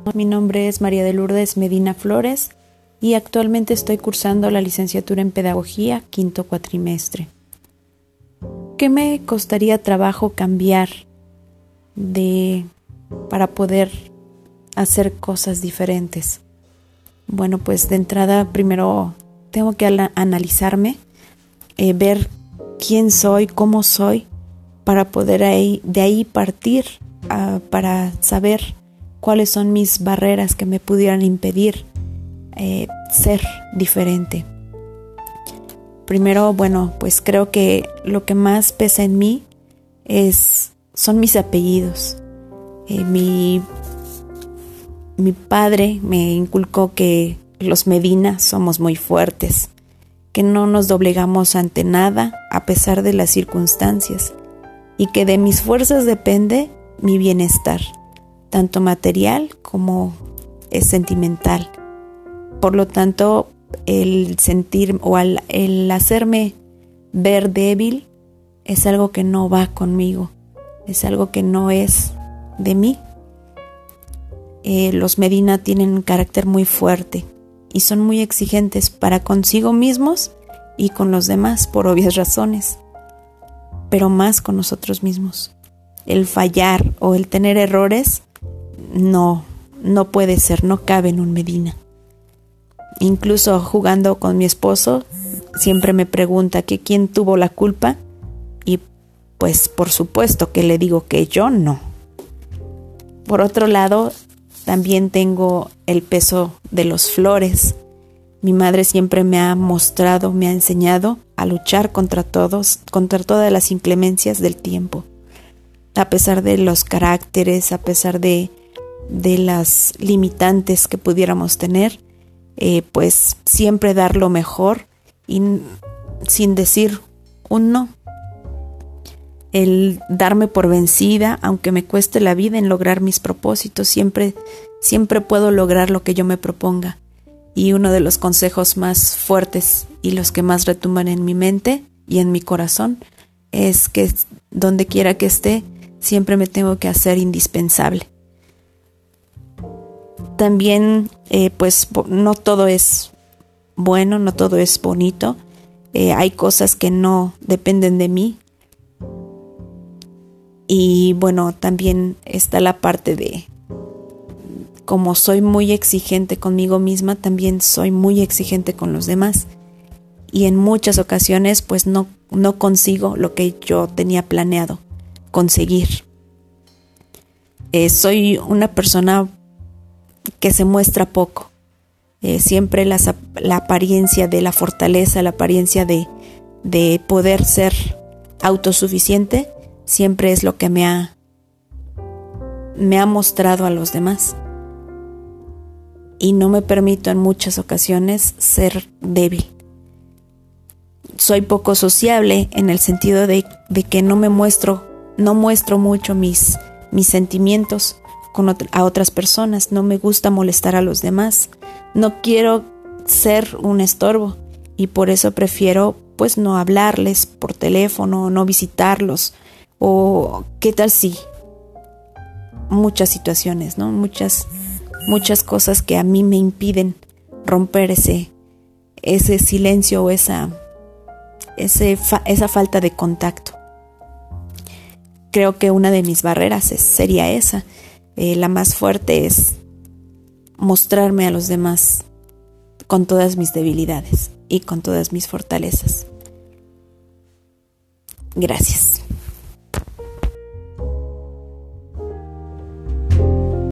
Mi nombre es María de Lourdes Medina Flores y actualmente estoy cursando la licenciatura en Pedagogía, quinto cuatrimestre. ¿Qué me costaría trabajo cambiar para poder hacer cosas diferentes? Bueno, pues de entrada primero tengo que analizarme, ver quién soy, cómo soy, para poder de ahí partir para saber cuáles son mis barreras que me pudieran impedir ser diferente. Primero, bueno, pues creo que lo que más pesa en mí son mis apellidos. Mi padre me inculcó que los Medina somos muy fuertes, que no nos doblegamos ante nada a pesar de las circunstancias y que de mis fuerzas depende mi bienestar, tanto material como sentimental. Por lo tanto, el sentir o el hacerme ver débil es algo que no va conmigo, es algo que no es de mí. Los Medina tienen un carácter muy fuerte y son muy exigentes para consigo mismos y con los demás por obvias razones, pero más con nosotros mismos. El fallar o el tener errores no puede ser, no cabe en un Medina. Incluso jugando con mi esposo, siempre me pregunta que quién tuvo la culpa y pues por supuesto que le digo que yo no. Por otro lado, también tengo el peso de los Flores. Mi madre siempre me ha mostrado, me ha enseñado a luchar contra todas las inclemencias del tiempo. A pesar de los caracteres, a pesar de las limitantes que pudiéramos tener, pues siempre dar lo mejor y sin decir un no. El darme por vencida, aunque me cueste la vida en lograr mis propósitos, siempre puedo lograr lo que yo me proponga. Y uno de los consejos más fuertes y los que más retumban en mi mente y en mi corazón es que donde quiera que esté, siempre me tengo que hacer indispensable. También, pues no todo es bueno, no todo es bonito. Hay cosas que no dependen de mí. Y bueno, también está la parte de, como soy muy exigente conmigo misma, también soy muy exigente con los demás. Y en muchas ocasiones, pues no consigo lo que yo tenía planeado conseguir. Soy una persona que se muestra poco. Siempre la apariencia de la fortaleza, la apariencia de poder ser autosuficiente, siempre es lo que me ha mostrado a los demás. Y no me permito en muchas ocasiones ser débil. Soy poco sociable en el sentido de que no muestro mucho mis sentimientos a otras personas. No me gusta molestar a los demás. No quiero ser un estorbo y por eso prefiero pues no hablarles por teléfono, no visitarlos. O qué tal si muchas situaciones, ¿no? Muchas cosas que a mí me impiden romper ese silencio o esa falta de contacto. Creo que una de mis barreras sería esa. La más fuerte es mostrarme a los demás con todas mis debilidades y con todas mis fortalezas. Gracias.